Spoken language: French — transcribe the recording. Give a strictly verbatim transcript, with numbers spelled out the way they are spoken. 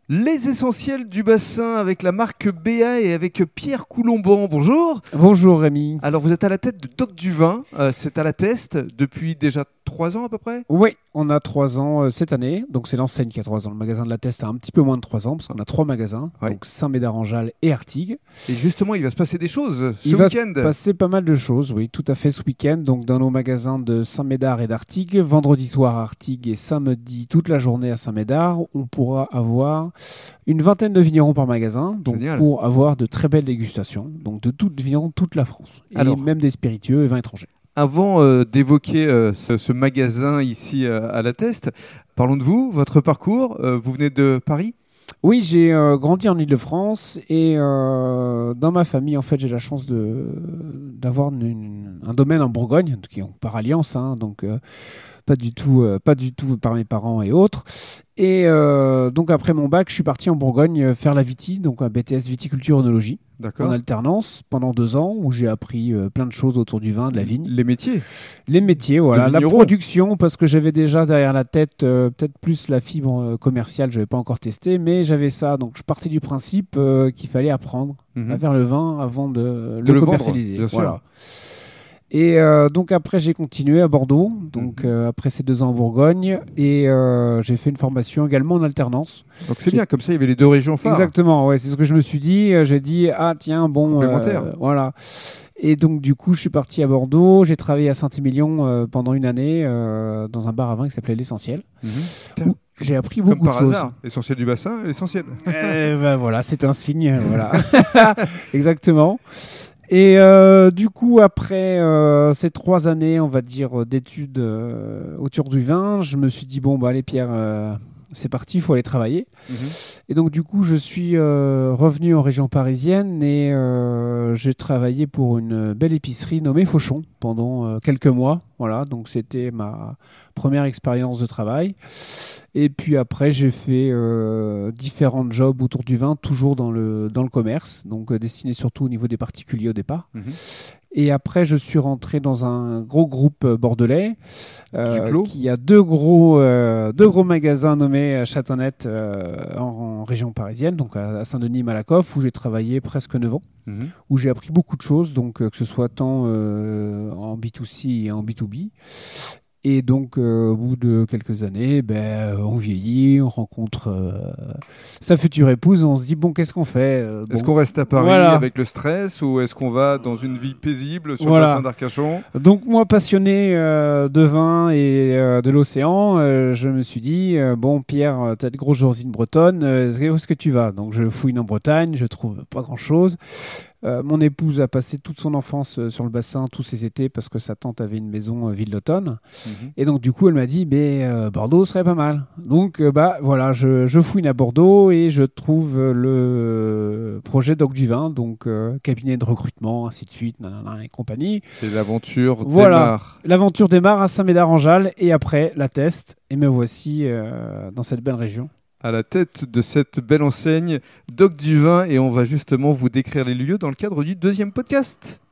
Les essentiels du bassin avec la marque B A et avec Pierre Coulomban. Bonjour. Bonjour Rémi. Alors vous êtes à la tête de Doc du Vin, euh, c'est à la Teste depuis déjà trois ans à peu près ? Oui, on a trois ans euh, cette année, donc c'est l'enseigne qui a trois ans. Le magasin de la Teste a un petit peu moins de trois ans parce qu'on a trois magasins, Ouais. donc Saint-Médard-en-Jalles et Artigues. Et justement il va se passer des choses ce Il va week-end. se passer pas mal de choses, oui, tout à fait ce week-end. Donc dans nos magasins de Saint-Médard et d'Artigues, vendredi soir à Artigues et samedi toute la journée à Saint-Médard, on pourra avoir une vingtaine de vignerons par magasin, donc Génial. pour avoir de très belles dégustations, donc de toutes vignerons de toute la France, et Alors. même des spiritueux et vins étrangers. Avant euh, d'évoquer euh, ce, ce magasin ici euh, à la Teste, parlons de vous, votre parcours. Euh, vous venez de Paris ? Oui, j'ai euh, grandi en Île-de-France et euh, dans ma famille, en fait, j'ai la chance de, d'avoir une- une- un domaine en Bourgogne, qui est par alliance, hein, donc euh, pas du tout, euh, pas du tout par mes parents et autres. Et euh, donc après mon bac, je suis parti en Bourgogne euh, faire la viti, donc un B T S viticulture œnologie, D'accord. en alternance pendant deux ans, où j'ai appris euh, plein de choses autour du vin, de la vigne. Les métiers. Les métiers, voilà. De La vigneron. production, parce que j'avais déjà derrière la tête euh, peut-être plus la fibre euh, commerciale, je n'avais pas encore testé, mais j'avais ça. Donc je partais du principe euh, qu'il fallait apprendre Mhm. à faire le vin avant de, De le le vendre, commercialiser. bien sûr. Voilà. Et euh, donc après j'ai continué à Bordeaux, donc Mhm. euh, après ces deux ans en Bourgogne, et euh, j'ai fait une formation également en alternance. Donc c'est J'ai- bien, comme ça il y avait les deux régions phares. Exactement, ouais, c'est ce que je me suis dit. Euh, J'ai dit ah tiens bon, Complémentaire. euh, voilà. Et donc du coup je suis parti à Bordeaux. J'ai travaillé à Saint-Émilion euh, pendant une année euh, dans un bar à vin qui s'appelait l'Essentiel. Mhm. Tiens, Où J'ai appris comme beaucoup par de choses. hasard, l'essentiel du bassin, l'essentiel. Eh ben voilà, c'est un signe, voilà. Exactement. Et euh, du coup, après euh, ces trois années, on va dire, d'études euh, autour du vin, je me suis dit, bon, bah allez Pierre, euh, c'est parti, il faut aller travailler. Mhm. Et donc du coup, je suis euh, revenu en région parisienne et euh, j'ai travaillé pour une belle épicerie nommée Fauchon pendant euh, quelques mois. Voilà, donc c'était ma première expérience de travail. Et puis après, j'ai fait euh, différents jobs autour du vin, toujours dans le, dans le commerce, donc euh, destiné surtout au niveau des particuliers au départ. Mhm. Et après, je suis rentré dans un gros groupe euh, bordelais euh, Duclos. qui a deux gros, euh, deux gros magasins nommés euh, Châteauneuf euh, en, en région parisienne, donc à, à Saint-Denis-Malakoff, où j'ai travaillé presque neuf ans, Mhm. où j'ai appris beaucoup de choses, donc euh, que ce soit tant euh, en B deux C et en B deux B. Et donc, euh, au bout de quelques années, ben, euh, on vieillit, on rencontre euh, sa future épouse, on se dit, bon, qu'est-ce qu'on fait Euh, Est-ce bon. qu'on reste à Paris Voilà. avec le stress ou est-ce qu'on va dans une vie paisible sur Voilà. le bassin d'Arcachon ? Donc moi, passionné euh, de vin et euh, de l'océan, euh, je me suis dit, euh, bon Pierre, tu as de grosses origines bretonnes, euh, où est-ce que tu vas ? Donc je fouine en Bretagne, je trouve pas grand-chose. Euh, mon épouse a passé toute son enfance euh, sur le bassin, tous ses étés, parce que sa tante avait une maison euh, ville d'Automne. Mhm. Et donc du coup, elle m'a dit, mais euh, Bordeaux serait pas mal. Donc euh, bah voilà, je, je fouine à Bordeaux et je trouve euh, le projet Doc du Vin, donc euh, cabinet de recrutement, ainsi de suite, nanana, et compagnie. Et l'aventure Voilà. démarre. L'aventure démarre à Saint-Médard-en-Jalles et après la Teste. Et me voici euh, dans cette belle région. À la tête de cette belle enseigne, Doc du Vin, et on va justement vous décrire les lieux dans le cadre du deuxième podcast.